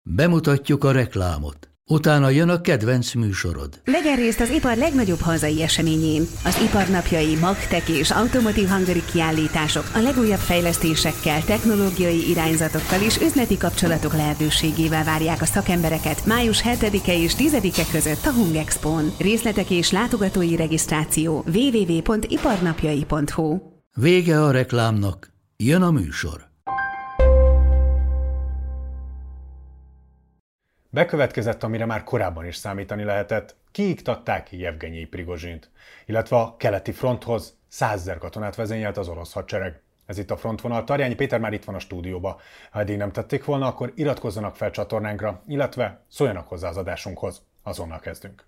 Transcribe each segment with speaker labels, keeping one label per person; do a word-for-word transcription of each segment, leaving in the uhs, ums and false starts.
Speaker 1: Bemutatjuk a reklámot. Utána jön a kedvenc műsorod.
Speaker 2: Vegyen részt az ipar legnagyobb hazai eseményén. Az iparnapjai, magtek és Automotive Hungary kiállítások a legújabb fejlesztésekkel, technológiai irányzatokkal és üzleti kapcsolatok lehetőségével várják a szakembereket május hetedike és tizedike között a Hungexpón. Részletek és látogatói regisztráció double-u double-u double-u pont iparnapjai pont hu.
Speaker 1: Vége a reklámnak, jön a műsor.
Speaker 3: Bekövetkezett, amire már korábban is számítani lehetett. Kiiktatták Jevgenyij Prigozsint, illetve a keleti fronthoz százezer katonát vezényelt az orosz hadsereg. Ez itt a Frontvonal. Tarjányi Péter már itt van a stúdióba. Ha eddig nem tették volna, akkor iratkozzanak fel csatornánkra, illetve szóljanak hozzá az adásunkhoz. Azonnal kezdünk.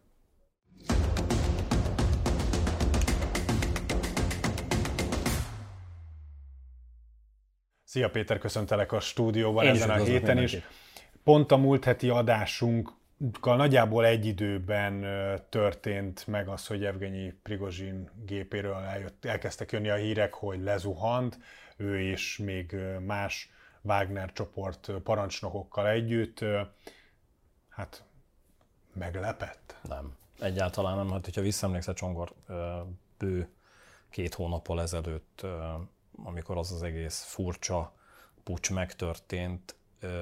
Speaker 3: Szia Péter, köszöntelek a stúdióban
Speaker 4: Én
Speaker 3: ezen a héten
Speaker 4: mindenki.
Speaker 3: is. Pont a múlt heti adásunkkal nagyjából egy időben történt meg az, hogy Jevgenyij Prigozsin gépéről eljött, elkezdtek jönni a hírek, hogy lezuhant, ő és még más Wagner csoport parancsnokokkal együtt. Hát meglepett?
Speaker 4: Nem, egyáltalán nem. Hát, hogyha visszaemlékszel, Csongor, bő két hónappal ezelőtt, amikor az az egész furcsa puccs megtörtént,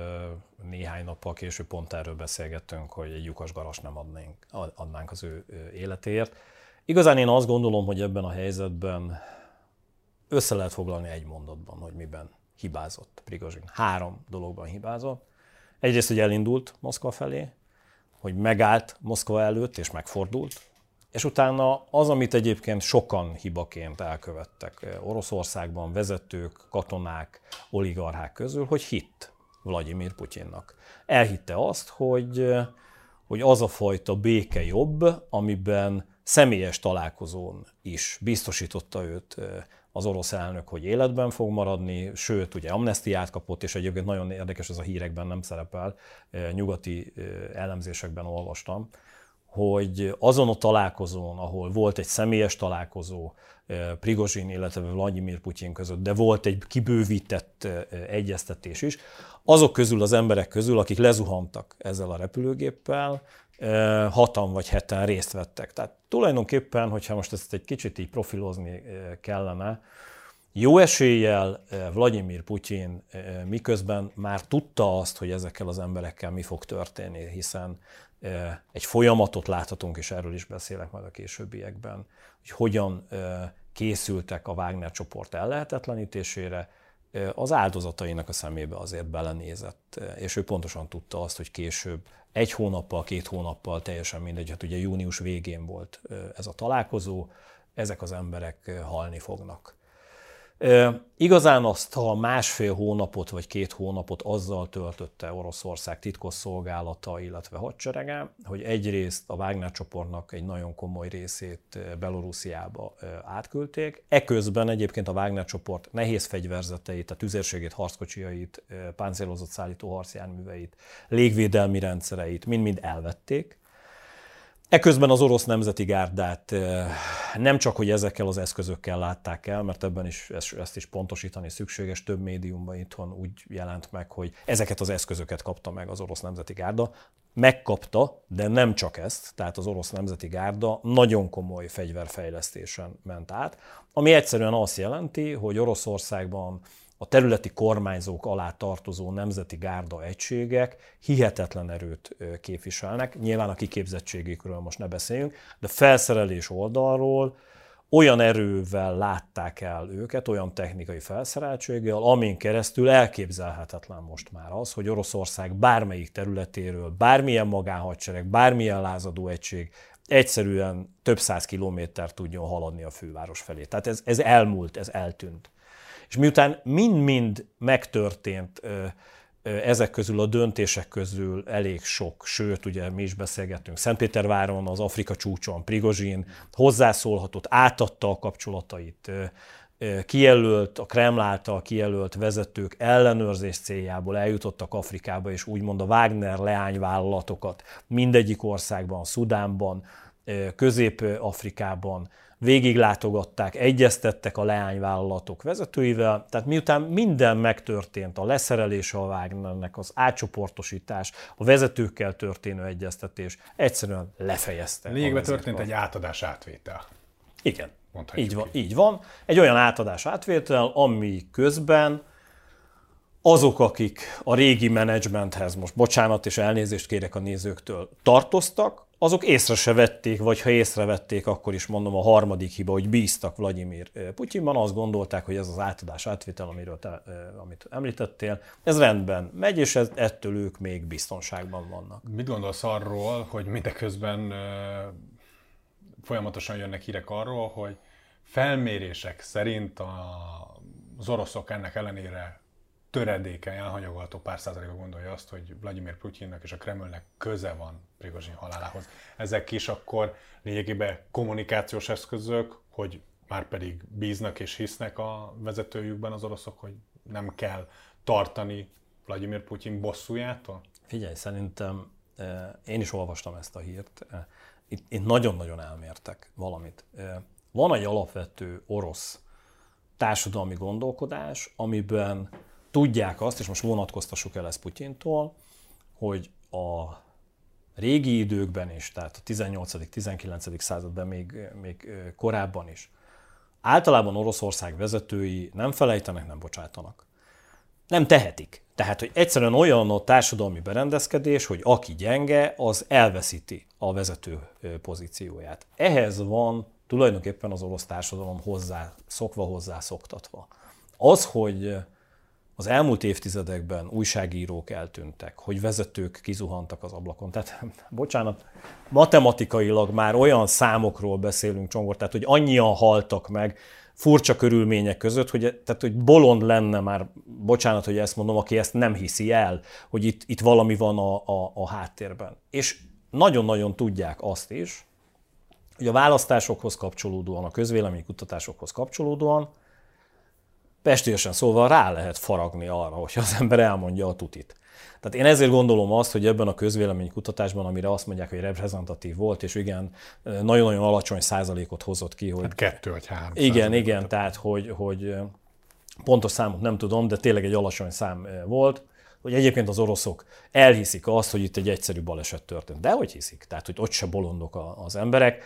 Speaker 4: néhány nappal később pont erről beszélgettünk, hogy egy lyukas garast nem adnánk, adnánk az ő életéért. Igazán én azt gondolom, hogy ebben a helyzetben össze lehet foglalni egy mondatban, hogy miben hibázott Prigozsin. Három dologban hibázott. Egyrészt, hogy elindult Moszkva felé, hogy megállt Moszkva előtt és megfordult, és utána az, amit egyébként sokan hibaként elkövettek Oroszországban, vezetők, katonák, oligarchák közül, hogy hitt Vlagyimir Putyinnak. Elhitte azt, hogy, hogy az a fajta béke jobb, amiben személyes találkozón is biztosította őt az orosz elnök, hogy életben fog maradni, sőt, ugye amnesztiát kapott, és egyébként nagyon érdekes, ez a hírekben nem szerepel, nyugati elemzésekben olvastam, hogy azon a találkozón, ahol volt egy személyes találkozó Prigozsin, illetve Vlagyimir Putyin között, de volt egy kibővített egyeztetés is, azok közül az emberek közül, akik lezuhantak ezzel a repülőgéppel, hatan vagy heten részt vettek. Tehát tulajdonképpen, hogyha most ezt egy kicsit így profilozni kellene, jó eséllyel Vlagyimir Putyin miközben már tudta azt, hogy ezekkel az emberekkel mi fog történni, hiszen egy folyamatot láthatunk, és erről is beszélek majd a későbbiekben, hogy hogyan készültek a Wagner csoport ellehetetlenítésére, az áldozatainak a szemébe azért belenézett, és ő pontosan tudta azt, hogy később egy hónappal, két hónappal, teljesen mindegy, hát ugye június végén volt ez a találkozó, ezek az emberek halni fognak. E, igazán azt a másfél hónapot vagy két hónapot azzal töltötte Oroszország titkosszolgálata, illetve hadserege, hogy egyrészt a Wagner csoportnak egy nagyon komoly részét Belorussziába átküldték. Eközben egyébként a Wagner csoport nehéz fegyverzeteit, tehát tüzérségét, harckocsiait, páncélozott szállító harcjárműveit, légvédelmi rendszereit mind-mind elvették. Eközben az orosz nemzeti gárdát nem csak, hogy ezekkel az eszközökkel látták el, mert ebben is ezt is pontosítani szükséges, több médiumban itthon úgy jelent meg, hogy ezeket az eszközöket kapta meg az orosz nemzeti gárda. Megkapta, de nem csak ezt, tehát az orosz nemzeti gárda nagyon komoly fegyverfejlesztésen ment át, ami egyszerűen azt jelenti, hogy Oroszországban a területi kormányzók alá tartozó nemzeti gárda egységek hihetetlen erőt képviselnek. Nyilván a kiképzettségükről most ne beszéljünk, de felszerelés oldalról olyan erővel látták el őket, olyan technikai felszereltséggel, amin keresztül elképzelhetetlen most már az, hogy Oroszország bármelyik területéről, bármilyen magánhadsereg, bármilyen lázadó egység egyszerűen több száz kilométert tudjon haladni a főváros felé. Tehát ez, ez elmúlt, ez eltűnt. És miután mind-mind megtörtént ezek közül a döntések közül elég sok, sőt, ugye mi is beszélgettünk Szentpéterváron, az Afrika csúcson, Prigozsin hozzászólhatott, átadta a kapcsolatait, kijelölt, a Kreml által kijelölt vezetők ellenőrzés céljából eljutottak Afrikába, és úgymond a Wagner leányvállalatokat mindegyik országban, Szudánban, Közép-Afrikában, végiglátogatták, egyeztettek a leányvállalatok vezetőivel, tehát miután minden megtörtént, a leszerelése a Wagnernek, az átcsoportosítás, a vezetőkkel történő egyeztetés, egyszerűen lefejezte.
Speaker 3: Lényegben történt egy átadás átvétel.
Speaker 4: Igen, így van, így van. Egy olyan átadás átvétel, ami közben azok, akik a régi menedzsmenthez, most bocsánat és elnézést kérek a nézőktől, tartoztak, azok észre se vették, vagy ha észrevették, akkor is mondom a harmadik hiba, hogy bíztak Vladimir Putyinban, azt gondolták, hogy ez az átadás átvétel, amiről te, amit említettél, ez rendben megy, és ez, ettől ők még biztonságban vannak.
Speaker 3: Mit gondolsz arról, hogy mindeközben folyamatosan jönnek hírek arról, hogy felmérések szerint a, az oroszok ennek ellenére töredékeny, elhanyagolható pár százalékban gondolja azt, hogy Vladimir Putyinnak és a Kremlnek köze van Prigozsin halálához. Ezek is akkor lényegében kommunikációs eszközök, hogy már pedig bíznak és hisznek a vezetőjükben az oroszok, hogy nem kell tartani Vladimir Putyin bosszújától?
Speaker 4: Figyelj, szerintem én is olvastam ezt a hírt. Itt, itt nagyon-nagyon elmértek valamit. Van egy alapvető orosz társadalmi gondolkodás, amiben tudják azt, és most vonatkoztassuk el ezt Putyintól, hogy a régi időkben is, tehát a tizennyolcadik-tizenkilencedik században, még, még korábban is, általában Oroszország vezetői nem felejtenek, nem bocsátanak. Nem tehetik. Tehát, hogy egyszerűen olyan a társadalmi berendezkedés, hogy aki gyenge, az elveszíti a vezető pozícióját. Ehhez van tulajdonképpen az orosz társadalom hozzá szokva, hozzá szoktatva. Az, hogy az elmúlt évtizedekben újságírók eltűntek, hogy vezetők kizuhantak az ablakon. Tehát, bocsánat, matematikailag már olyan számokról beszélünk, Csongor, tehát, hogy annyian haltak meg furcsa körülmények között, hogy, tehát, hogy bolond lenne már, bocsánat, hogy ezt mondom, aki ezt nem hiszi el, hogy itt, itt valami van a, a, a háttérben. És nagyon-nagyon tudják azt is, hogy a választásokhoz kapcsolódóan, a közvéleménykutatásokhoz kapcsolódóan pestélyesen szóval rá lehet faragni arra, hogy az ember elmondja a tutit. Tehát én ezért gondolom azt, hogy ebben a közvéleménykutatásban, amire azt mondják, hogy reprezentatív volt, és igen, nagyon-nagyon alacsony százalékot hozott ki, hogy...
Speaker 3: Hát kettő vagy három.
Speaker 4: Igen, igen, tehát hogy, hogy pontos számot nem tudom, de tényleg egy alacsony szám volt, hogy egyébként az oroszok elhiszik azt, hogy itt egy egyszerű baleset történt. De hogy hiszik? Tehát, hogy ott se bolondok az emberek.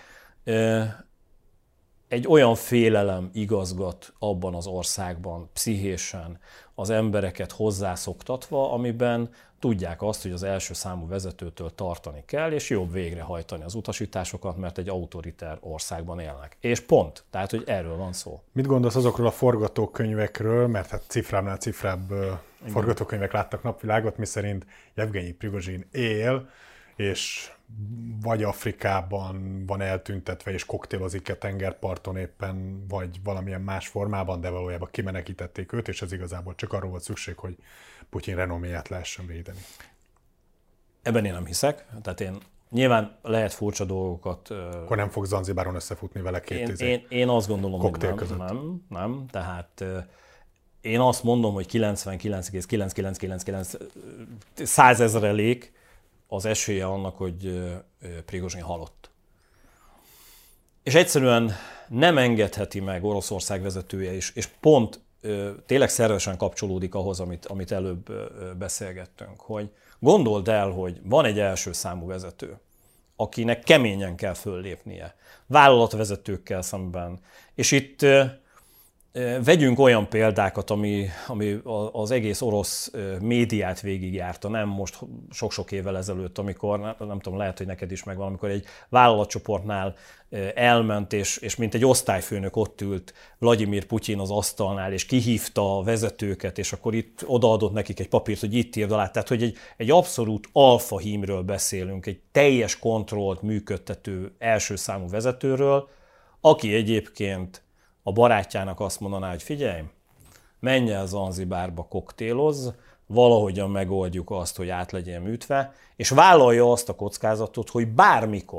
Speaker 4: Egy olyan félelem igazgat abban az országban pszichésen az embereket hozzászoktatva, amiben tudják azt, hogy az első számú vezetőtől tartani kell, és jobb végrehajtani az utasításokat, mert egy autoriter országban élnek. És pont. Tehát, hogy erről van szó.
Speaker 3: Mit gondolsz azokról a forgatókönyvekről, mert hát cifrámnál cifrább igen. forgatókönyvek láttak napvilágot, miszerint Jevgenyi Prigozsin él, és vagy Afrikában van eltüntetve, és koktélozik a tengerparton éppen, vagy valamilyen más formában, de valójában kimenekítették őt, és ez igazából csak arról volt szükség, hogy Putyin renoméját lehessen védeni.
Speaker 4: Ebben én nem hiszek. Tehát én nyilván lehet furcsa dolgokat...
Speaker 3: Akkor nem fog Zanzibáron összefutni vele két
Speaker 4: én, én, én azt gondolom, hogy nem, között. nem, nem. Tehát én azt mondom, hogy kilencvenkilenc egész kilencszázkilencszázkilencvenkilenc százezerelék az esélye annak, hogy Prigozsin halott. És egyszerűen nem engedheti meg Oroszország vezetője is, és pont tényleg szervesen kapcsolódik ahhoz, amit, amit előbb beszélgettünk, hogy gondold el, hogy van egy első számú vezető, akinek keményen kell föllépnie, vállalatvezetőkkel szemben, és itt vegyünk olyan példákat, ami, ami az egész orosz médiát végigjárta, nem most sok-sok évvel ezelőtt, amikor, nem tudom, lehet, hogy neked is megvan, amikor egy vállalatcsoportnál elment, és, és mint egy osztályfőnök ott ült Vladimir Putyin az asztalnál, és kihívta a vezetőket, és akkor itt odaadott nekik egy papírt, hogy itt írd alá. Tehát, hogy egy, egy abszolút alfa hímről beszélünk, egy teljes kontrollt működtető első számú vezetőről, aki egyébként a barátjának azt mondaná, hogy figyelj, menj el Zanzibárba, koktélozz, valahogyan megoldjuk azt, hogy át legyen műtve, és vállalja azt a kockázatot, hogy bármikor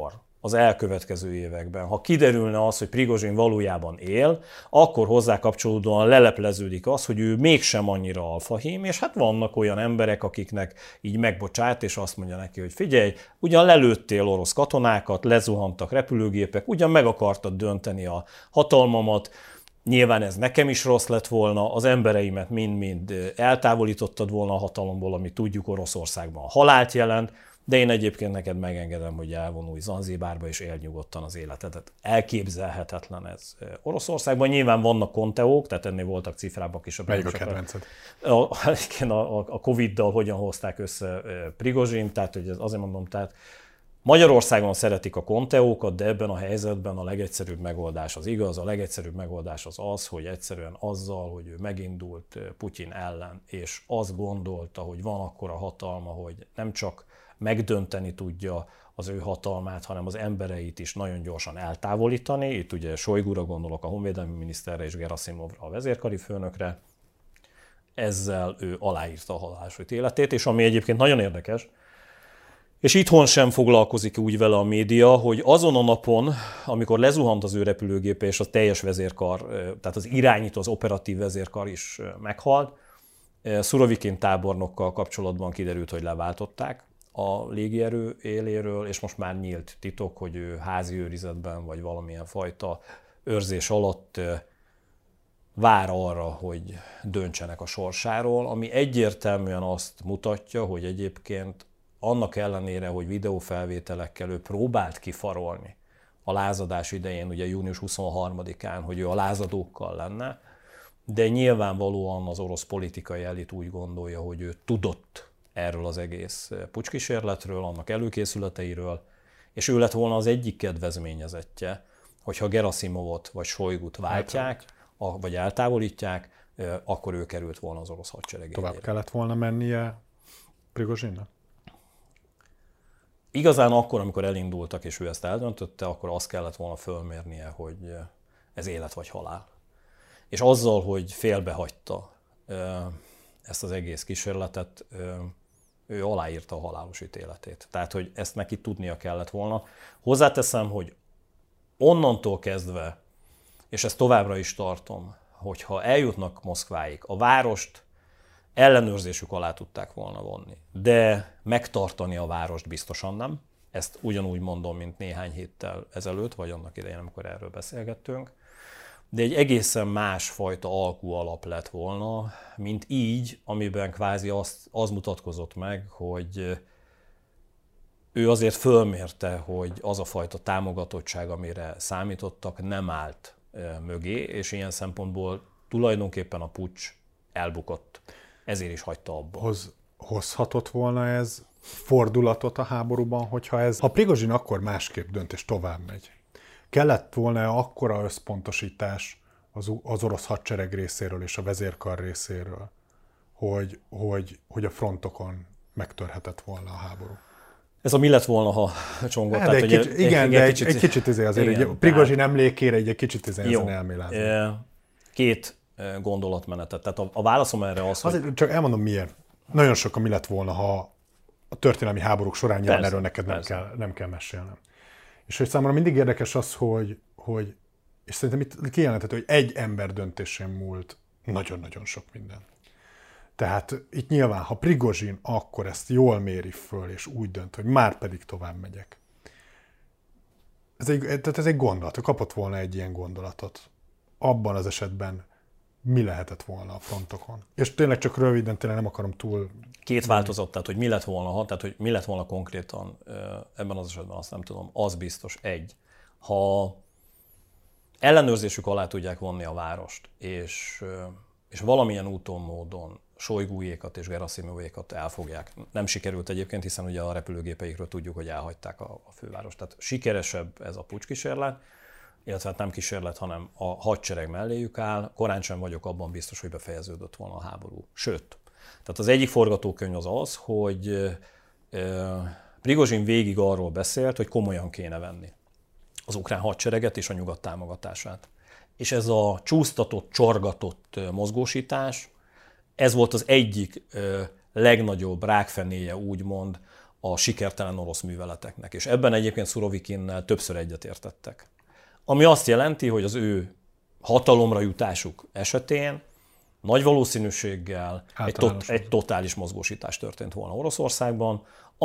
Speaker 4: az elkövetkező években, ha kiderülne az, hogy Prigozsin valójában él, akkor hozzá kapcsolódóan lelepleződik az, hogy ő mégsem annyira alfahím, és hát vannak olyan emberek, akiknek így megbocsát, és azt mondja neki, hogy figyelj, ugyan lelőttél orosz katonákat, lezuhantak repülőgépek, ugyan meg akartad dönteni a hatalmamat, nyilván ez nekem is rossz lett volna, az embereimet mind-mind eltávolítottad volna a hatalomból, ami tudjuk Oroszországban a halált jelent, de én egyébként neked megengedem, hogy elvonulj Zanzibárba és éld nyugodtan az életedet. Elképzelhetetlen ez Oroszországban. Nyilván vannak konteók, tehát ennél voltak cifrábbak is.
Speaker 3: Melyik a kedvenced?
Speaker 4: A, a, a Covid-dal hogyan hozták össze Prigozsint, tehát hogy azért mondom, tehát Magyarországon szeretik a konteókat, de ebben a helyzetben a legegyszerűbb megoldás az igaz, a legegyszerűbb megoldás az az, hogy egyszerűen azzal, hogy ő megindult Putyin ellen, és azt gondolta, hogy van akkora hatalma, hogy nem csak megdönteni tudja az ő hatalmát, hanem az embereit is nagyon gyorsan eltávolítani. Itt ugye Sojgura gondolok, a honvédelmi miniszterre és Gerasimovra, a vezérkari főnökre. Ezzel ő aláírta a halálos ítéletét, és ami egyébként nagyon érdekes, és itthon sem foglalkozik úgy vele a média, hogy azon a napon, amikor lezuhant az ő repülőgépe, és a teljes vezérkar, tehát az irányító, az operatív vezérkar is meghalt, Szurovikin tábornokkal kapcsolatban kiderült, hogy leváltották a légierő éléről, és most már nyílt titok, hogy ő házi őrizetben, vagy valamilyen fajta őrzés alatt vár arra, hogy döntsenek a sorsáról, ami egyértelműen azt mutatja, hogy egyébként annak ellenére, hogy videófelvételekkel ő próbált kifarolni a lázadás idején, ugye június huszonharmadikán, hogy ő a lázadókkal lenne, de nyilvánvalóan az orosz politikai elit úgy gondolja, hogy ő tudott erről az egész pucskísérletről, annak előkészületeiről, és ő lett volna az egyik kedvezményezettje, hogyha Gerasimovot vagy Sojgut váltják, vagy eltávolítják, akkor ő került volna az orosz hadsereg élére.
Speaker 3: Tovább kellett volna mennie Prigozsinnak?
Speaker 4: Igazán akkor, amikor elindultak, és ő ezt eldöntötte, akkor azt kellett volna fölmérnie, hogy ez élet vagy halál. És azzal, hogy félbehagyta ezt az egész kísérletet, ő aláírta a halálos ítéletét. Tehát, hogy ezt neki tudnia kellett volna. Hozzáteszem, hogy onnantól kezdve, és ezt továbbra is tartom, hogyha eljutnak Moszkváig, a várost ellenőrzésük alá tudták volna vonni, de megtartani a várost biztosan nem. Ezt ugyanúgy mondom, mint néhány héttel ezelőtt, vagy annak idején, amikor erről beszélgettünk. De egy egészen másfajta alkú alap lett volna, mint így, amiben kvázi az, az mutatkozott meg, hogy ő azért fölmérte, hogy az a fajta támogatottság, amire számítottak, nem állt mögé, és ilyen szempontból tulajdonképpen a puccs elbukott. Ezért is hagyta abba.
Speaker 3: Hoz, hozhatott volna ez fordulatot a háborúban, hogyha ez... Ha Prigozsin akkor másképp dönt és tovább megy, kellett volna akkora összpontosítás az, az orosz hadsereg részéről és a vezérkar részéről, hogy, hogy, hogy a frontokon megtörhetett volna a háború.
Speaker 4: Ez a mi lett volna, ha csongott?
Speaker 3: Hát, egy kicsit, igen, egy, de egy kicsit, egy kicsit izé azért, igen, egy Prigozsin tehát, emlékére egy kicsit izé ezen elmélázni.
Speaker 4: Két gondolatmenetet. Tehát a, a válaszom erre az,
Speaker 3: azért,
Speaker 4: hogy...
Speaker 3: Csak elmondom miért. Nagyon sokan mi lett volna, ha a történelmi háborúk során nyilván erről neked nem kell, nem kell mesélnem. És hogy számomra mindig érdekes az, hogy, hogy és szerintem itt kijelenthető, hogy egy ember döntésén múlt nagyon-nagyon sok minden. Tehát itt nyilván, ha Prigozsin akkor ezt jól méri föl, és úgy dönt, hogy már pedig tovább megyek. Ez egy, tehát ez egy gondolat, kapott volna egy ilyen gondolatot. Abban az esetben mi lehetett volna a frontokon. És tényleg csak röviden, tényleg nem akarom túl...
Speaker 4: Két változat, tehát hogy mi lett volna, ha, tehát hogy mi lett volna konkrétan ebben az esetben, azt nem tudom, az biztos. Egy, ha ellenőrzésük alá tudják vonni a várost, és, és valamilyen úton, módon Sojgujékat és Gerasimovékat elfogják. Nem sikerült egyébként, hiszen ugye a repülőgépeikről tudjuk, hogy elhagyták a, a fővárost. Tehát sikeresebb ez a pucskísérlet, illetve hát nem kísérlet, hanem a hadsereg melléjük áll. Korán sem vagyok abban biztos, hogy befejeződött volna a háború. Sőt, tehát az egyik forgatókönyv az az, hogy e, Prigozsin végig arról beszélt, hogy komolyan kéne venni az ukrán hadsereget és a nyugat támogatását. És ez a csúsztatott, csorgatott mozgósítás, ez volt az egyik e, legnagyobb rákfenéje, úgymond, a sikertelen orosz műveleteknek. És ebben egyébként Szurovikinnel többször egyetértettek. Ami azt jelenti, hogy az ő hatalomra jutásuk esetén nagy valószínűséggel egy, tot, egy totális mozgósítás történt volna Oroszországban,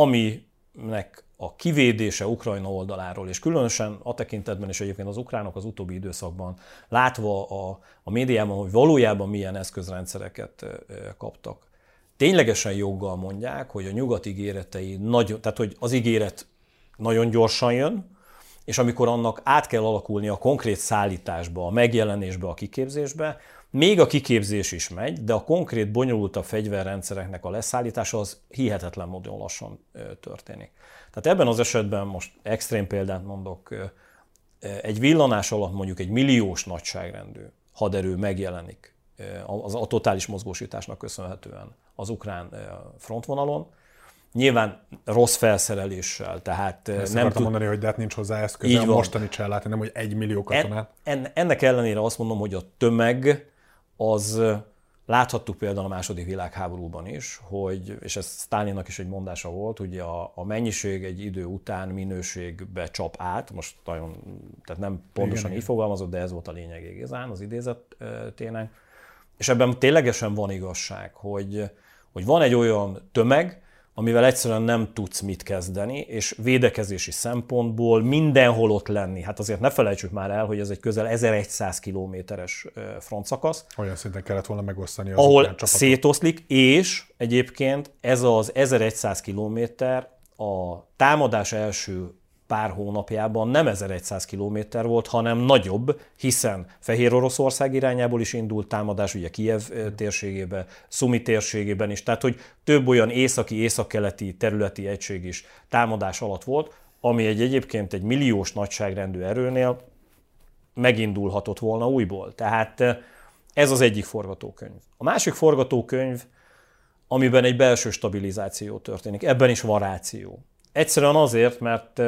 Speaker 4: aminek a kivédése Ukrajna oldaláról, és különösen a tekintetben is egyébként az ukránok az utóbbi időszakban látva a, a médiában, hogy valójában milyen eszközrendszereket kaptak, ténylegesen joggal mondják, hogy a nyugat ígéretei nagyon, tehát hogy az ígéret nagyon gyorsan jön, és amikor annak át kell alakulni a konkrét szállításba, a megjelenésbe, a kiképzésbe, még a kiképzés is megy, de a konkrét, bonyolultabb fegyverrendszereknek a leszállítása az hihetetlen módon lassan történik. Tehát ebben az esetben most extrém példát mondok, egy villanás alatt mondjuk egy milliós nagyságrendű haderő megjelenik a, a totális mozgósításnak köszönhetően az ukrán frontvonalon. Nyilván rossz felszereléssel, tehát
Speaker 3: Ezt
Speaker 4: nem
Speaker 3: tud... mondani, hogy de hát nincs hozzá eszköze, mostani se ellátni, nem hogy egy millió katonát.
Speaker 4: En, ennek ellenére azt mondom, hogy a tömeg az, láthattuk például a második világháborúban is, hogy, és ez Sztálinnak is egy mondása volt, hogy a, a mennyiség egy idő után minőségbe csap át, most nagyon, tehát nem pontosan igen, így igen. fogalmazott, de ez volt a lényeg igazán az idézettének. És ebben ténylegesen van igazság, hogy, hogy van egy olyan tömeg, amivel egyszerűen nem tudsz mit kezdeni, és védekezési szempontból mindenhol ott lenni. Hát azért ne felejtsük már el, hogy ez egy közel ezerszáz kilométeres frontszakasz.
Speaker 3: Olyan szinten kellett volna megosztani az
Speaker 4: ahol szétoszlik, és egyébként ez az ezerszáz kilométer a támadás első pár hónapjában nem ezerszáz kilométer volt, hanem nagyobb, hiszen Fehér Oroszország irányából is indult támadás, ugye Kijev térségében, Szumi térségében is, tehát hogy több olyan északi, északkeleti területi egység is támadás alatt volt, ami egy egyébként egy milliós nagyságrendű erőnél megindulhatott volna újból. Tehát ez az egyik forgatókönyv. A másik forgatókönyv, amiben egy belső stabilizáció történik, ebben is van ráció. Egyszerűen azért, mert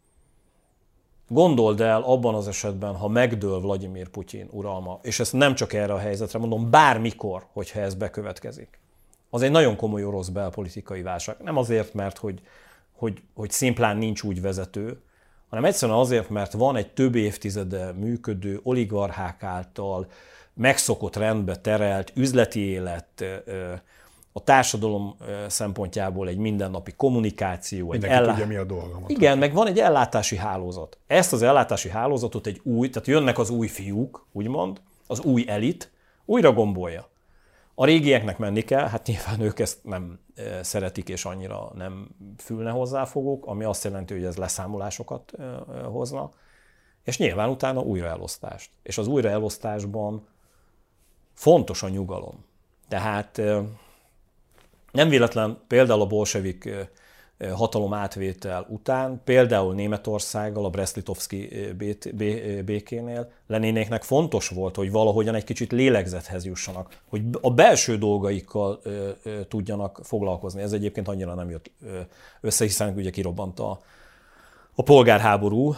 Speaker 4: gondold el abban az esetben, ha megdől Vladimir Putyin uralma, és ezt nem csak erre a helyzetre mondom, bármikor, hogyha ez bekövetkezik. Az egy nagyon komoly orosz belpolitikai válság. Nem azért, mert hogy, hogy, hogy szimplán nincs úgy vezető, hanem egyszerűen azért, mert van egy több évtizede működő oligarchák által megszokott rendbe terelt üzleti élet, a társadalom szempontjából egy mindennapi kommunikáció.
Speaker 3: Mindenki
Speaker 4: egy ellá...
Speaker 3: tudja, mi a dolga.
Speaker 4: Igen, meg van egy ellátási hálózat. Ezt az ellátási hálózatot egy új, tehát jönnek az új fiúk, úgymond, az új elit, újra gombolja. A régieknek menni kell, hát nyilván ők ezt nem szeretik, és annyira nem fülne hozzáfogók, ami azt jelenti, hogy ez leszámolásokat hozna, és nyilván utána újraelosztást. És az újraelosztásban fontos a nyugalom. Tehát nem véletlen például a bolsevik hatalom átvétel után, például Németországgal a Brest-Litovszki békénél Leninéknek fontos volt, hogy valahogyan egy kicsit lélegzethez jussanak, hogy a belső dolgaikkal tudjanak foglalkozni. Ez egyébként annyira nem jött össze, hiszen ugye kirobbant a, a polgárháború.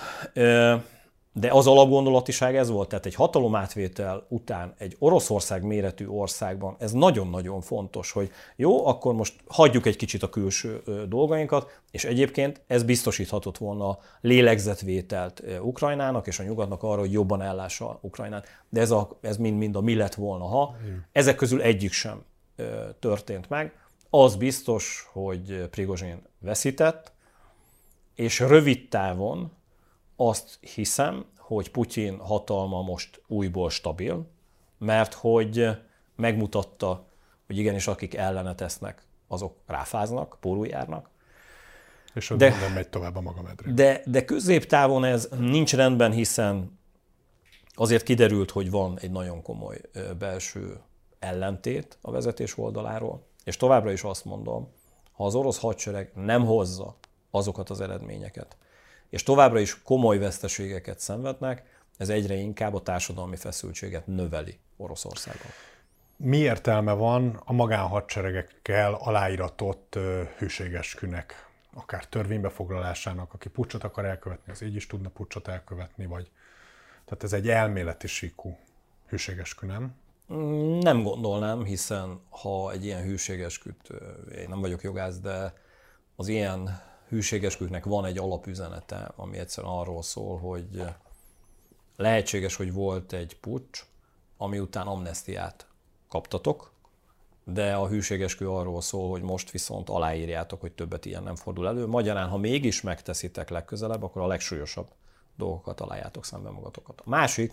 Speaker 4: De az alapgondolatiság ez volt, tehát egy hatalomátvétel után egy Oroszország méretű országban ez nagyon-nagyon fontos, hogy jó, akkor most hagyjuk egy kicsit a külső dolgainkat, és egyébként ez biztosíthatott volna a lélegzetvételt Ukrajnának és a nyugatnak arra, hogy jobban ellássa Ukrajnát. De ez, a, ez mind-mind a mi lett volna, ha. Ezek közül egyik sem történt meg. Az biztos, hogy Prigozsin veszített, és rövid távon azt hiszem, hogy Putyin hatalma most újból stabil, mert hogy megmutatta, hogy igenis akik ellene tesznek, azok ráfáznak, pórul járnak.
Speaker 3: És de, nem megy tovább a maga medrén.
Speaker 4: De, de középtávon ez nincs rendben, hiszen azért kiderült, hogy van egy nagyon komoly belső ellentét a vezetés oldaláról, és továbbra is azt mondom, ha az orosz hadsereg nem hozza azokat az eredményeket, és továbbra is komoly veszteségeket szenvednek, ez egyre inkább a társadalmi feszültséget növeli Oroszországban.
Speaker 3: Mi értelme van a magánhadseregekkel aláíratott hűségeskünek, akár törvénybefoglalásának, aki puccsot akar elkövetni, az így is tudna puccsot elkövetni, vagy... Tehát ez egy elméleti síkú hűségeskü, nem?
Speaker 4: Nem gondolnám, hiszen ha egy ilyen hűségesküt, én nem vagyok jogász, de az ilyen hűségesküvőknek van egy alapüzenete, ami egyszerűen arról szól, hogy lehetséges, hogy volt egy puccs, ami után amnesztiát kaptatok, de a hűségesküvő arról szól, hogy most viszont aláírjátok, hogy többet ilyen nem fordul elő. Magyarán, ha mégis megteszitek legközelebb, akkor a legsúlyosabb dolgokat találjátok szemben magatokat. A másik,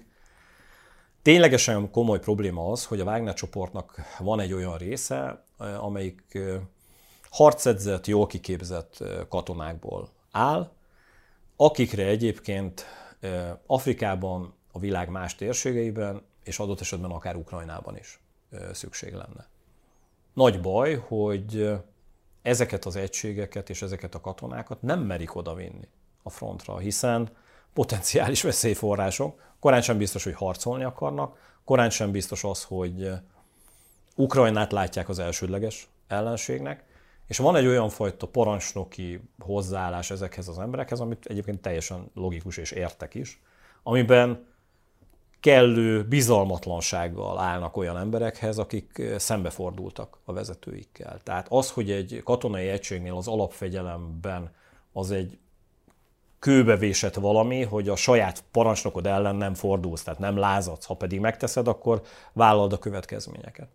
Speaker 4: ténylegesen komoly probléma az, hogy a Wagner csoportnak van egy olyan része, amelyik harcedzett, jól kiképzett katonákból áll, akikre egyébként Afrikában, a világ más térségeiben, és adott esetben akár Ukrajnában is szükség lenne. Nagy baj, hogy ezeket az egységeket és ezeket a katonákat nem merik odavinni a frontra, hiszen potenciális veszélyforrások, korán sem biztos, hogy harcolni akarnak, korán sem biztos az, hogy Ukrajnát látják az elsődleges ellenségnek, és van egy olyan fajta parancsnoki hozzáállás ezekhez az emberekhez, amit egyébként teljesen logikus és értek is, amiben kellő bizalmatlansággal állnak olyan emberekhez, akik szembefordultak a vezetőikkel. Tehát az, hogy egy katonai egységnél az alapfegyelemben az egy kőbevésett valami, hogy a saját parancsnokod ellen nem fordulsz, tehát nem lázadsz, ha pedig megteszed, akkor vállald a következményeket.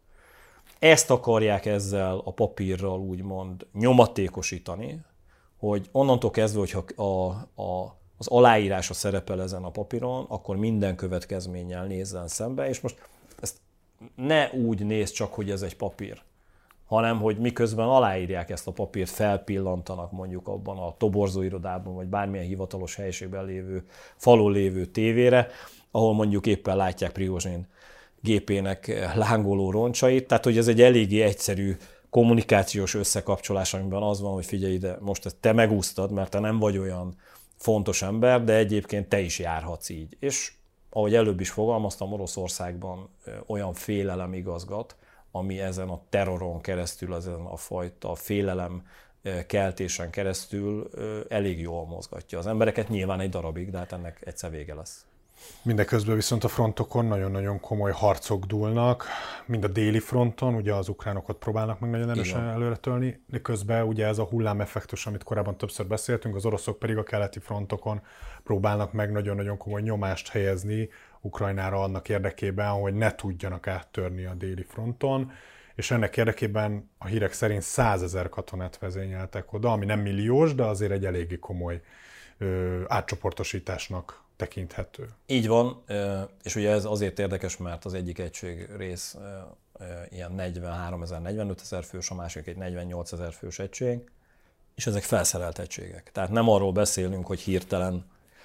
Speaker 4: Ezt akarják ezzel a papírral úgymond nyomatékosítani, hogy onnantól kezdve, hogyha a, a, az aláírása szerepel ezen a papíron, akkor minden következménnyel nézzen szembe, és most ezt ne úgy nézd csak, hogy ez egy papír, hanem hogy miközben aláírják ezt a papírt, felpillantanak mondjuk abban a toborzóirodában, vagy bármilyen hivatalos helyiségben lévő, falon lévő tévére, ahol mondjuk éppen látják Prigozsin gépének lángoló roncsait. Tehát, hogy ez egy eléggé egyszerű kommunikációs összekapcsolás, amiben az van, hogy figyelj ide, most ezt te megúsztad, mert te nem vagy olyan fontos ember, de egyébként te is járhatsz így. És ahogy előbb is fogalmaztam, Oroszországban olyan félelem igazgat, ami ezen a terroron keresztül, ezen a fajta félelem keltésen keresztül elég jól mozgatja az embereket. Nyilván egy darabig, de hát ennek egyszer vége lesz.
Speaker 3: Mindeközben viszont a frontokon nagyon-nagyon komoly harcok dúlnak, mind a déli fronton, ugye az ukránokat próbálnak meg nagyon erősen előretölni, de közben ugye ez a hullámeffektus, amit korábban többször beszéltünk, az oroszok pedig a keleti frontokon próbálnak meg nagyon-nagyon komoly nyomást helyezni Ukrajnára annak érdekében, hogy ne tudjanak áttörni a déli fronton, és ennek érdekében a hírek szerint százezer katonát vezényeltek oda, ami nem milliós, de azért egy eléggé komoly ö, átcsoportosításnak tekinthető.
Speaker 4: Így van, és ugye ez azért érdekes, mert az egyik egység rész ilyen negyvenháromezer, negyvenötezer fős, a másik egy negyvennyolcezer fős egység, és ezek felszerelt egységek. Tehát nem arról beszélünk, hogy hirtelen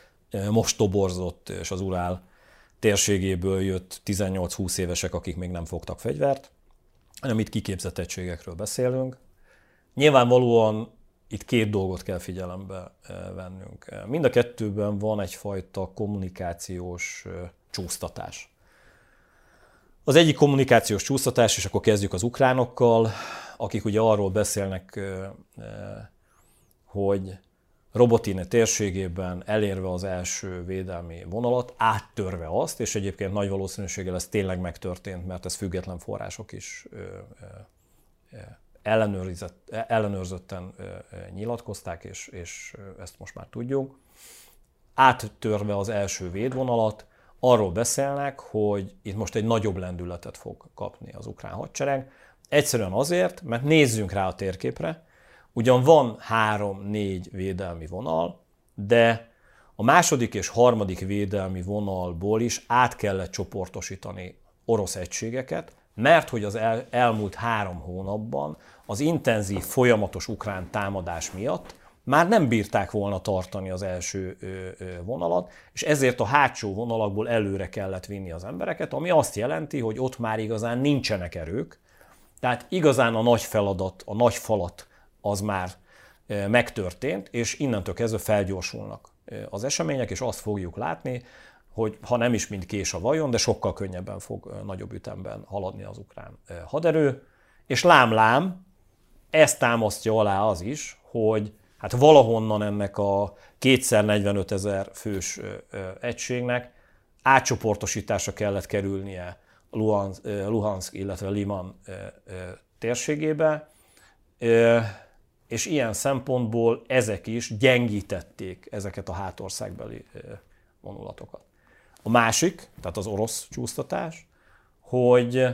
Speaker 4: most toborzott és az Urál térségéből jött tizennyolc-húsz évesek, akik még nem fogtak fegyvert, hanem itt kiképzett egységekről beszélünk. Nyilvánvalóan itt két dolgot kell figyelembe vennünk. Mind a kettőben van egyfajta kommunikációs csúsztatás. Az egyik kommunikációs csúsztatás, és akkor kezdjük az ukránokkal, akik ugye arról beszélnek, hogy Robotine térségében elérve az első védelmi vonalat, áttörve azt, és egyébként nagy valószínűséggel ez tényleg megtörtént, mert ez független források is ellenőrzötten nyilatkozták, és, és ezt most már tudjuk. Áttörve az első védvonalat, arról beszélnek, hogy itt most egy nagyobb lendületet fog kapni az ukrán hadsereg. Egyszerűen azért, mert nézzünk rá a térképre, ugyan van három-négy védelmi vonal, de a második és harmadik védelmi vonalból is át kellett csoportosítani orosz egységeket, mert hogy az el, elmúlt három hónapban az intenzív, folyamatos ukrán támadás miatt már nem bírták volna tartani az első vonalat, és ezért a hátsó vonalakból előre kellett vinni az embereket, ami azt jelenti, hogy ott már igazán nincsenek erők, tehát igazán a nagy feladat, a nagy falat az már megtörtént, és innentől kezdve felgyorsulnak az események, és azt fogjuk látni, hogy ha nem is mint kés a vajon, de sokkal könnyebben fog nagyobb ütemben haladni az ukrán haderő. És lám-lám, ezt támasztja alá az is, hogy hát valahonnan ennek a kétszer negyvenötezer fős egységnek átcsoportosításra kellett kerülnie Luhansk, illetve Liman térségébe. és ilyen szempontból ezek is gyengítették ezeket a hátországbeli vonulatokat. A másik, tehát az orosz csúsztatás, hogy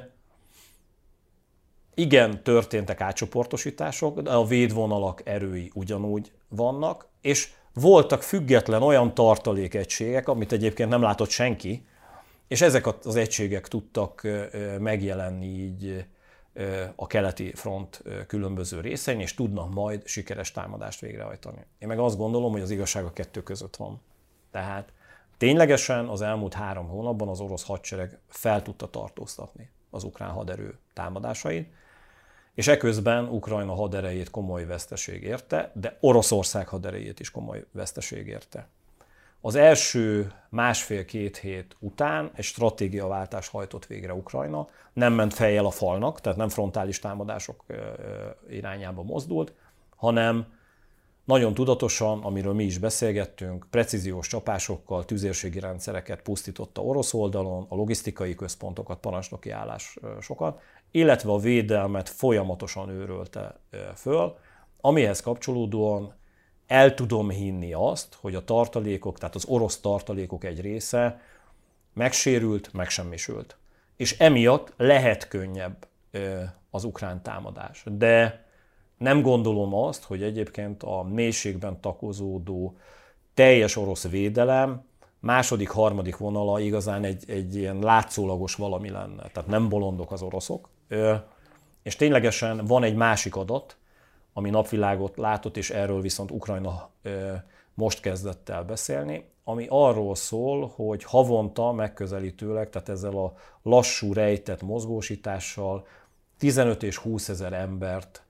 Speaker 4: igen, történtek átcsoportosítások, de a védvonalak erői ugyanúgy vannak, és voltak független olyan tartalékegységek, amit egyébként nem látott senki, és ezek az egységek tudtak megjelenni így a keleti front különböző részein, és tudnak majd sikeres támadást végrehajtani. Én meg azt gondolom, hogy az igazság a kettő között van. Tehát ténylegesen az elmúlt három hónapban az orosz hadsereg fel tudta tartóztatni az ukrán haderő támadásait, és eközben Ukrajna haderejét komoly veszteség érte, de Oroszország haderejét is komoly veszteség érte. Az első másfél-két hét után egy stratégiaváltást hajtott végre Ukrajna, nem ment fejjel a falnak, tehát nem frontális támadások irányába mozdult, hanem nagyon tudatosan, amiről mi is beszélgettünk, precíziós csapásokkal tüzérségi rendszereket pusztította orosz oldalon, a logisztikai központokat, parancsnoki állásokat, illetve a védelmet folyamatosan őrölte föl, amihez kapcsolódóan el tudom hinni azt, hogy a tartalékok, tehát az orosz tartalékok egy része megsérült, megsemmisült. És emiatt lehet könnyebb az ukrán támadás. De nem gondolom azt, hogy egyébként a mélységben takozódó teljes orosz védelem második, harmadik vonala igazán egy, egy ilyen látszólagos valami lenne. Tehát nem bolondok az oroszok. És ténylegesen van egy másik adat, ami napvilágot látott, és erről viszont Ukrajna most kezdett el beszélni, ami arról szól, hogy havonta megközelítőleg, tehát ezzel a lassú, rejtett mozgósítással tizenöt és húsz ezer embert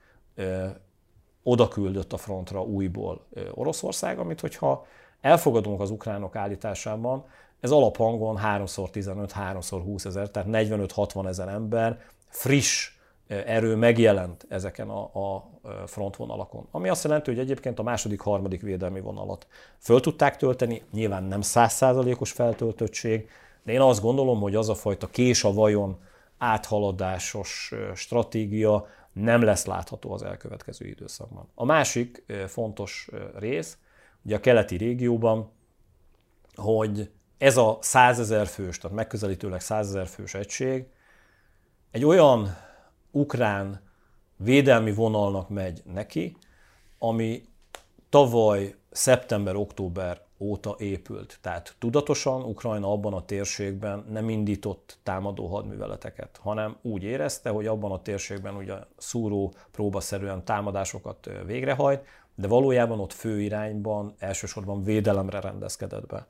Speaker 4: oda küldött a frontra újból Oroszország, amit hogyha elfogadunk az ukránok állításában, ez alaphangon háromszor tizenöt, háromszor húsz ezer, tehát negyvenöt-hatvan ezer ember friss erő megjelent ezeken a, a frontvonalakon. Ami azt jelenti, hogy egyébként a második, harmadik védelmi vonalat föl tudták tölteni, nyilván nem száz százalékos feltöltöttség, de én azt gondolom, hogy az a fajta kés a vajon áthaladásos stratégia nem lesz látható az elkövetkező időszakban. A másik fontos rész, ugye a keleti régióban, hogy ez a százezer fős, tehát megközelítőleg százezer fős egység egy olyan ukrán védelmi vonalnak megy neki, ami tavaly szeptember-október óta épült. Tehát tudatosan Ukrajna abban a térségben nem indított támadó hadműveleteket, hanem úgy érezte, hogy abban a térségben ugye szúró próbaszerűen támadásokat végrehajt, de valójában ott fő irányban elsősorban védelemre rendezkedett be.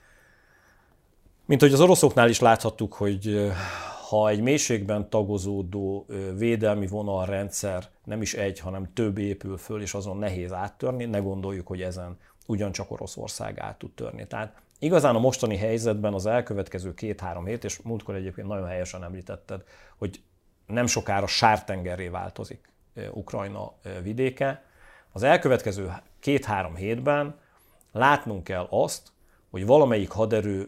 Speaker 4: Mint hogy az oroszoknál is láthattuk, hogy ha egy mélységben tagozódó védelmi vonalrendszer nem is egy, hanem több épül föl, és azon nehéz áttörni, ne gondoljuk, hogy ezen ugyancsak Oroszország át tud törni. Tehát igazán a mostani helyzetben az elkövetkező két-három hét, és múltkor egyébként nagyon helyesen említetted, hogy nem sokára sártengerré változik Ukrajna vidéke. Az elkövetkező két-három hétben látnunk kell azt, hogy valamelyik haderő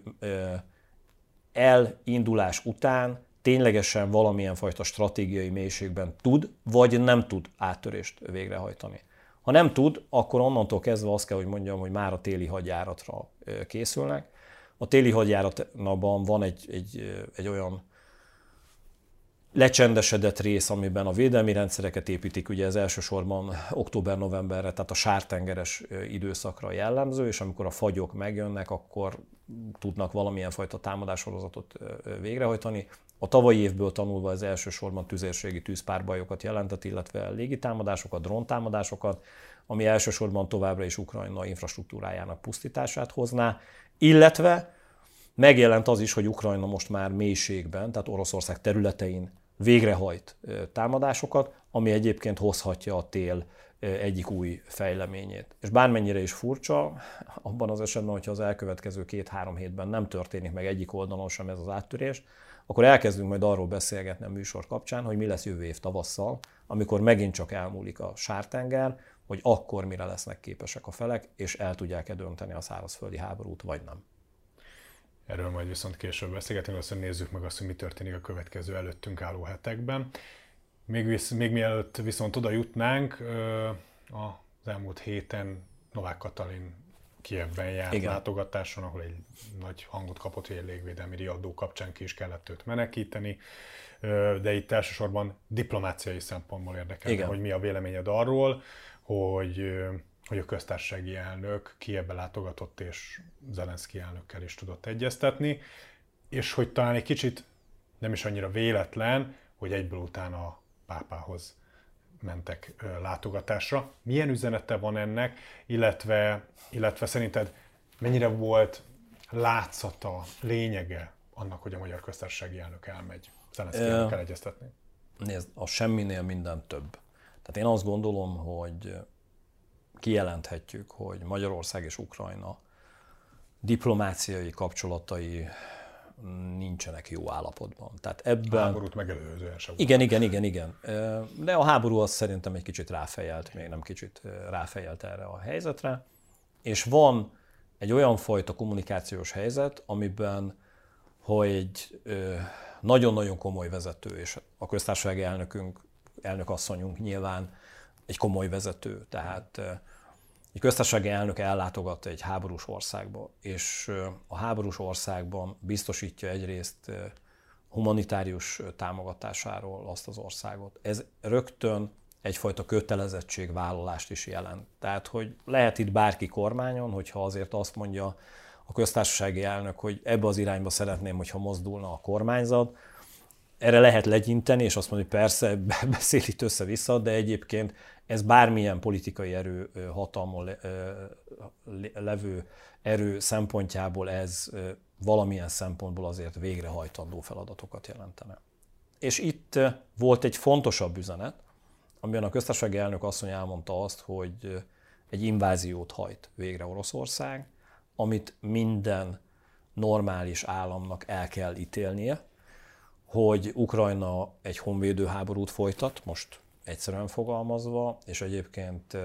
Speaker 4: elindulás után ténylegesen valamilyen fajta stratégiai mélységben tud, vagy nem tud áttörést végrehajtani. Ha nem tud, akkor onnantól kezdve azt kell, hogy mondjam, hogy már a téli hadjáratra készülnek. A téli hadjáratban van egy, egy, egy olyan lecsendesedett rész, amiben a védelmi rendszereket építik, ugye ez elsősorban október-novemberre, tehát a sártengeres időszakra jellemző, és amikor a fagyok megjönnek, akkor tudnak valamilyen fajta támadássorozatot végrehajtani. A tavalyi évből tanulva ez elsősorban tüzérségi tűzpárbajokat jelentett, illetve légitámadásokat, dróntámadásokat, ami elsősorban továbbra is Ukrajna infrastruktúrájának pusztítását hozná, illetve megjelent az is, hogy Ukrajna most már mélységben, tehát Oroszország területein végrehajt támadásokat, ami egyébként hozhatja a tél egyik új fejleményét. És bármennyire is furcsa, abban az esetben, hogyha az elkövetkező két-három hétben nem történik meg egyik oldalon sem ez az áttörés, akkor elkezdünk majd arról beszélgetni a műsor kapcsán, hogy mi lesz jövő év tavasszal, amikor megint csak elmúlik a sártenger, hogy akkor mire lesznek képesek a felek, és el tudják-e dönteni a szárazföldi háborút, vagy nem.
Speaker 3: Erről majd viszont később beszélgetünk, azt nézzük meg azt, hogy mi történik a következő előttünk álló hetekben. Még, visz, még mielőtt viszont oda jutnánk, az elmúlt héten Novák Katalin Kijevben járt Igen. látogatáson, ahol egy nagy hangot kapott, hogy egy légvédelmi riadó kapcsán ki is kellett őt menekíteni, de itt elsősorban diplomáciai szempontból érdekelne, hogy mi a véleményed arról, hogy, hogy a köztársasági elnök Kijevbe látogatott és Zelenszkij elnökkel is tudott egyeztetni, és hogy talán egy kicsit nem is annyira véletlen, hogy egyből utána a pápához mentek látogatásra. Milyen üzenete van ennek, illetve, illetve szerinted mennyire volt látszata, lényege annak, hogy a magyar köztársasági elnök elmegy Zelenszkij elnökkel egyeztetni?
Speaker 4: Nézd, a semminél minden több. Tehát én azt gondolom, hogy kijelenthetjük, hogy Magyarország és Ukrajna diplomáciai kapcsolatai nincsenek jó állapotban. Tehát ebben...
Speaker 3: A háborút megelőzően sem.
Speaker 4: Igen, igen, igen, igen. De a háború az szerintem egy kicsit ráfejelt, még nem kicsit ráfejelt erre a helyzetre. És van egy olyan fajta kommunikációs helyzet, amiben, hogy egy nagyon-nagyon komoly vezető, és a köztársasági elnökünk, elnökasszonyunk nyilván egy komoly vezető, tehát egy köztársasági elnök ellátogat egy háborús országba, és a háborús országban biztosítja egyrészt humanitárius támogatásáról azt az országot. Ez rögtön egyfajta kötelezettségvállalást is jelent. Tehát, hogy lehet itt bárki kormányon, hogyha azért azt mondja a köztársasági elnök, hogy ebbe az irányba szeretném, hogyha mozdulna a kormányzat, erre lehet legyinteni, és azt mondani, hogy persze, beszél itt össze-vissza, de egyébként ez bármilyen politikai erő, hatalmon levő erő szempontjából ez valamilyen szempontból azért végrehajtandó feladatokat jelentene. És itt volt egy fontosabb üzenet, amiben a köztársasági elnök asszony elmondta azt, hogy egy inváziót hajt végre Oroszország, amit minden normális államnak el kell ítélnie, hogy Ukrajna egy honvédő háborút folytat, most egyszerűen fogalmazva, és egyébként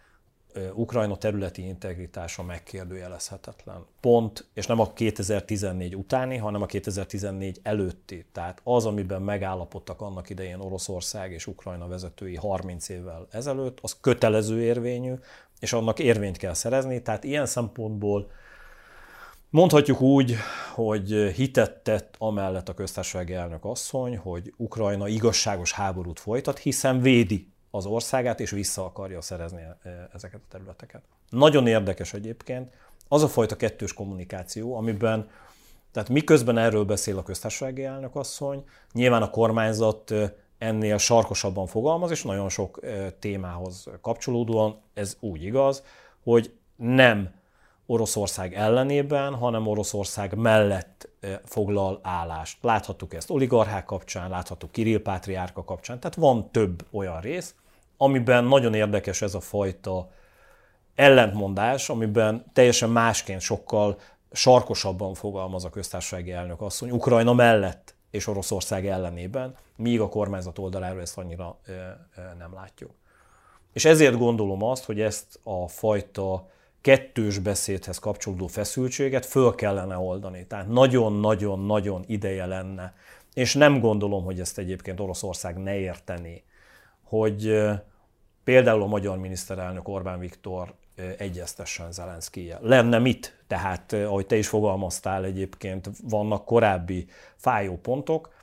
Speaker 4: Ukrajna területi integritása megkérdőjelezhetetlen. Pont, és nem a kétezer-tizennégy utáni, hanem a kétezer-tizennégy előtti. Tehát az, amiben megállapodtak annak idején Oroszország és Ukrajna vezetői harminc évvel ezelőtt, az kötelező érvényű, és annak érvényt kell szerezni. Tehát ilyen szempontból mondhatjuk úgy, hogy hitet tett amellett a köztársasági elnök asszony, hogy Ukrajna igazságos háborút folytat, hiszen védi az országát, és vissza akarja szerezni ezeket a területeket. Nagyon érdekes egyébként az a fajta kettős kommunikáció, amiben, tehát miközben erről beszél a köztársasági elnök asszony, nyilván a kormányzat ennél sarkosabban fogalmaz, és nagyon sok témához kapcsolódóan ez úgy igaz, hogy nem Oroszország ellenében, hanem Oroszország mellett foglal állást. Láthattuk ezt oligarchák kapcsán, láthattuk Kirill pátriárka kapcsán, tehát van több olyan rész, amiben nagyon érdekes ez a fajta ellentmondás, amiben teljesen másként sokkal sarkosabban fogalmaz a köztársasági elnök asszony Ukrajna mellett és Oroszország ellenében, míg a kormányzat oldaláról ezt annyira nem látjuk. És ezért gondolom azt, hogy ezt a fajta kettős beszédhez kapcsolódó feszültséget föl kellene oldani. Tehát nagyon-nagyon-nagyon ideje lenne. És nem gondolom, hogy ezt egyébként Oroszország ne értené, hogy például a magyar miniszterelnök Orbán Viktor egyeztessen Zelenszkijjel. Lenne mit? Tehát, ahogy te is fogalmaztál, egyébként vannak korábbi fájó pontok,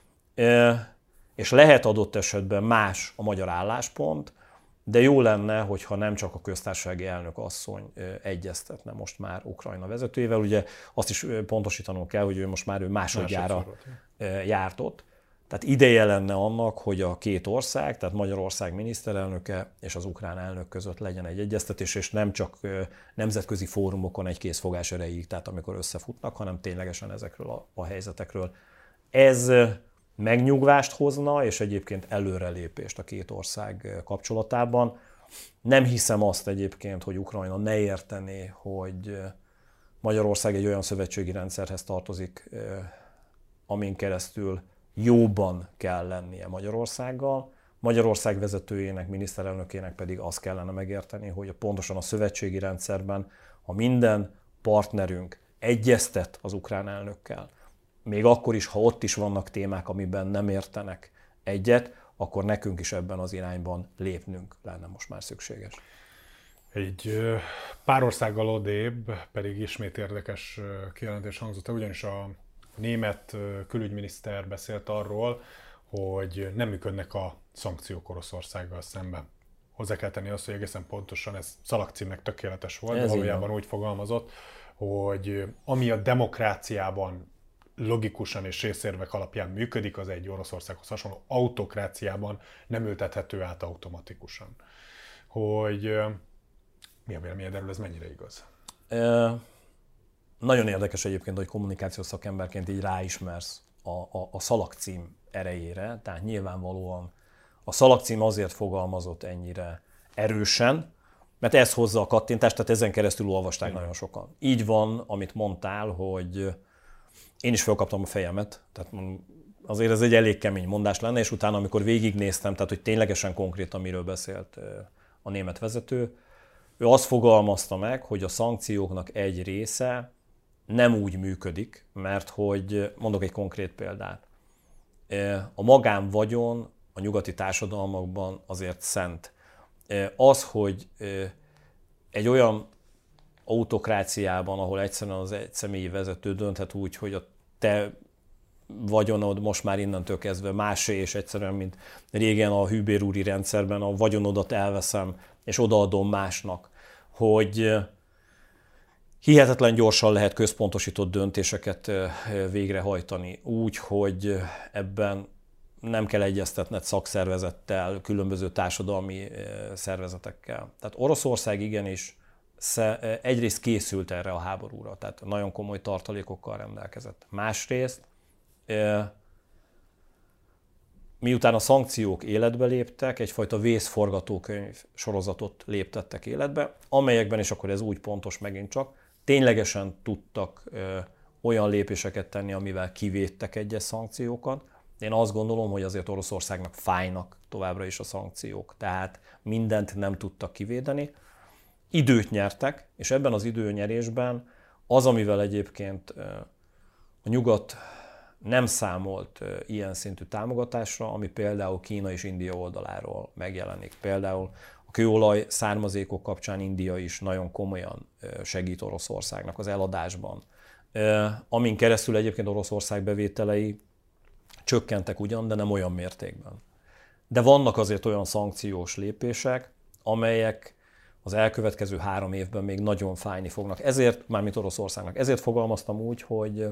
Speaker 4: és lehet adott esetben más a magyar álláspont, de jó lenne, hogyha nem csak a köztársasági elnök asszony egyeztetne most már Ukrajna vezetőjével. Ugye azt is pontosítanunk kell, hogy ő most már ő másodjára járt ott. Tehát ideje lenne annak, hogy a két ország, tehát Magyarország miniszterelnöke és az ukrán elnök között legyen egy egyeztetés, és nem csak nemzetközi fórumokon egy készfogás erejéig, tehát amikor összefutnak, hanem ténylegesen ezekről a, a helyzetekről. Ez megnyugvást hozna, és egyébként előrelépést a két ország kapcsolatában. Nem hiszem azt egyébként, hogy Ukrajna ne értené, hogy Magyarország egy olyan szövetségi rendszerhez tartozik, amin keresztül jóban kell lennie Magyarországgal. Magyarország vezetőjének, miniszterelnökének pedig azt kellene megérteni, hogy pontosan a szövetségi rendszerben, ha minden partnerünk egyeztet az ukrán elnökkel, még akkor is, ha ott is vannak témák, amiben nem értenek egyet, akkor nekünk is ebben az irányban lépnünk lenne most már szükséges.
Speaker 3: Egy pár országgal odébb pedig ismét érdekes kijelentés hangzott el, ugyanis a német külügyminiszter beszélt arról, hogy nem működnek a szankciók Oroszországgal szemben. Hozzá kell tenni azt, hogy egészen pontosan ez szalagcímnek tökéletes volt, ez de valójában úgy fogalmazott, hogy ami a demokráciában logikusan és részérvek alapján működik, az egy Oroszországhoz hasonló autokráciában nem ültethető át automatikusan. Hogy mi a véleményed erről, ez mennyire igaz?
Speaker 4: E, nagyon érdekes egyébként, hogy kommunikációs szakemberként így ráismersz a, a, a szalagcím erejére, tehát nyilvánvalóan a szalagcím azért fogalmazott ennyire erősen, mert ez hozza a kattintást, tehát ezen keresztül olvasták Igen. nagyon sokan. Így van, amit mondtál, hogy én is felkaptam a fejemet, tehát azért ez egy elég kemény mondás lenne, és utána, amikor végignéztem, tehát hogy ténylegesen konkrétan miről beszélt a német vezető, ő azt fogalmazta meg, hogy a szankcióknak egy része nem úgy működik, mert hogy, mondok egy konkrét példát, a magánvagyon a nyugati társadalmakban azért szent. Az, hogy egy olyan autokráciában, ahol egyszerűen az egy személyi vezető dönthet úgy, hogy a te vagyonod most már innentől kezdve másé, és egyszerűen, mint régen a hűbérúri rendszerben a vagyonodat elveszem, és odaadom másnak, hogy hihetetlen gyorsan lehet központosított döntéseket végrehajtani, úgy, hogy ebben nem kell egyeztetned szakszervezettel, különböző társadalmi szervezetekkel. Tehát Oroszország igenis egyrészt készült erre a háborúra, tehát nagyon komoly tartalékokkal rendelkezett. Másrészt, miután a szankciók életbe léptek, egyfajta vészforgatókönyv sorozatot léptettek életbe, amelyekben, és akkor ez úgy pontos megint csak, ténylegesen tudtak olyan lépéseket tenni, amivel kivédtek egyes szankciókat. Én azt gondolom, hogy azért Oroszországnak fájnak továbbra is a szankciók, tehát mindent nem tudtak kivédeni. Időt nyertek, és ebben az időnyerésben az, amivel egyébként a nyugat nem számolt ilyen szintű támogatásra, ami például Kína és India oldaláról megjelenik. Például a kőolaj származékok kapcsán India is nagyon komolyan segít Oroszországnak az eladásban. Amin keresztül egyébként Oroszország bevételei csökkentek ugyan, de nem olyan mértékben. De vannak azért olyan szankciós lépések, amelyek az elkövetkező három évben még nagyon fájni fognak. Ezért, mármint Oroszországnak, ezért fogalmaztam úgy, hogy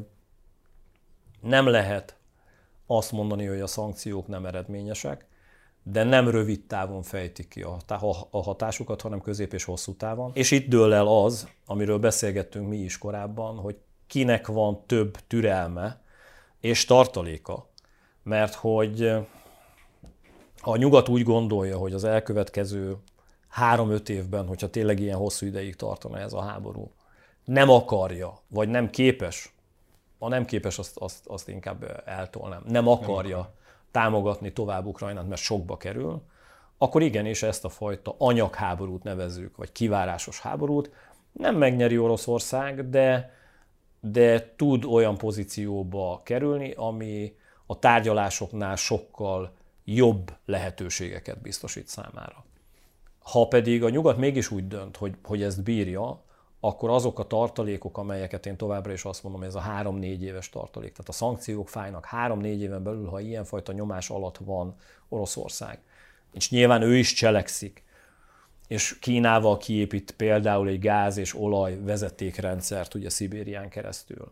Speaker 4: nem lehet azt mondani, hogy a szankciók nem eredményesek, de nem rövid távon fejtik ki a hatásukat, hanem közép és hosszú távon. És itt dől el az, amiről beszélgettünk mi is korábban, hogy kinek van több türelme és tartaléka. Mert hogy ha a nyugat úgy gondolja, hogy az elkövetkező három-öt évben, hogyha tényleg ilyen hosszú ideig tartana ez a háború, nem akarja, vagy nem képes, ha nem képes, azt, azt, azt inkább eltolnám, nem akarja nem akar. támogatni tovább Ukrajnát, mert sokba kerül, akkor igenis ezt a fajta anyagháborút nevezzük, vagy kivárásos háborút nem megnyeri Oroszország, de, de tud olyan pozícióba kerülni, ami a tárgyalásoknál sokkal jobb lehetőségeket biztosít számára. Ha pedig a nyugat mégis úgy dönt, hogy, hogy ezt bírja, akkor azok a tartalékok, amelyeket én továbbra is azt mondom, hogy ez a három-négy éves tartalék, tehát a szankciók fájnak három-négy éven belül, ha ilyenfajta nyomás alatt van Oroszország. És nyilván ő is cselekszik, és Kínával kiépít például egy gáz- és olaj vezetékrendszert ugye Szibérián keresztül.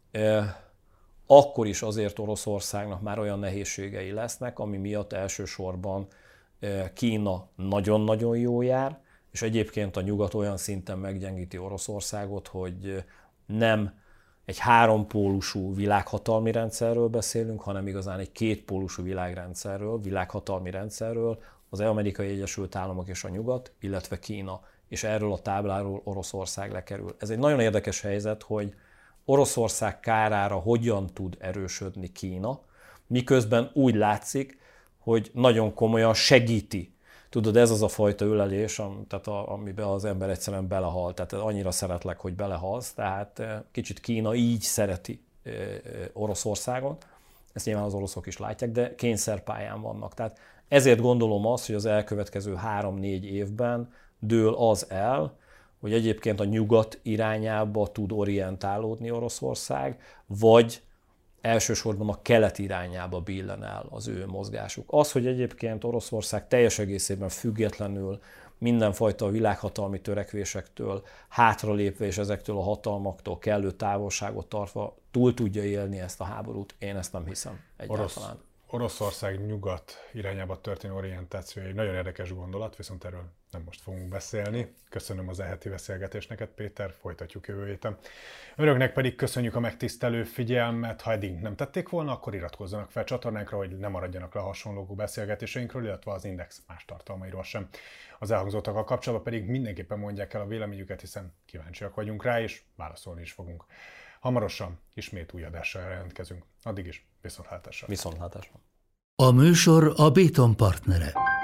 Speaker 4: Akkor is azért Oroszországnak már olyan nehézségei lesznek, ami miatt elsősorban Kína nagyon-nagyon jó jár, és egyébként a nyugat olyan szinten meggyengíti Oroszországot, hogy nem egy hárompólusú világhatalmi rendszerről beszélünk, hanem igazán egy kétpólusú világrendszerről, világhatalmi rendszerről, az Amerikai Egyesült Államok és a nyugat, illetve Kína, és erről a tábláról Oroszország lekerül. Ez egy nagyon érdekes helyzet, hogy Oroszország kárára hogyan tud erősödni Kína, miközben úgy látszik, hogy nagyon komolyan segíti. Tudod, ez az a fajta ölelés, am, tehát a, amiben az ember egyszerűen belehal, tehát annyira szeretlek, hogy belehalsz, tehát kicsit Kína így szereti Oroszországot, ezt nyilván az oroszok is látják, de kényszerpályán vannak. Tehát ezért gondolom azt, hogy az elkövetkező három-négy évben dől az el, hogy egyébként a nyugat irányába tud orientálódni Oroszország, vagy elsősorban a kelet irányába billen el az ő mozgásuk. Az, hogy egyébként Oroszország teljes egészében függetlenül mindenfajta világhatalmi törekvésektől hátralépve és ezektől a hatalmaktól kellő távolságot tartva túl tudja élni ezt a háborút, én ezt nem hiszem egyáltalán.
Speaker 3: Orosz, Oroszország nyugat irányába történő orientációja egy nagyon érdekes gondolat, viszont erről nem most fogunk beszélni. Köszönöm az e-heti beszélgetést neked, Péter, folytatjuk jövő héten. Önöknek pedig köszönjük a megtisztelő figyelmet, ha eddig nem tették volna, akkor iratkozzanak fel csatornánkra, hogy ne maradjanak le hasonló beszélgetéseinkről, illetve az Index más tartalmairól sem. Az elhangzottakkal kapcsolatban pedig mindenképpen mondják el a véleményüket, hiszen kíváncsiak vagyunk rá, és válaszolni is fogunk. Hamarosan ismét új adással jelentkezünk. Addig is viszontlátásra.
Speaker 4: Viszontlátásra.
Speaker 1: A műsor a Béton partnere.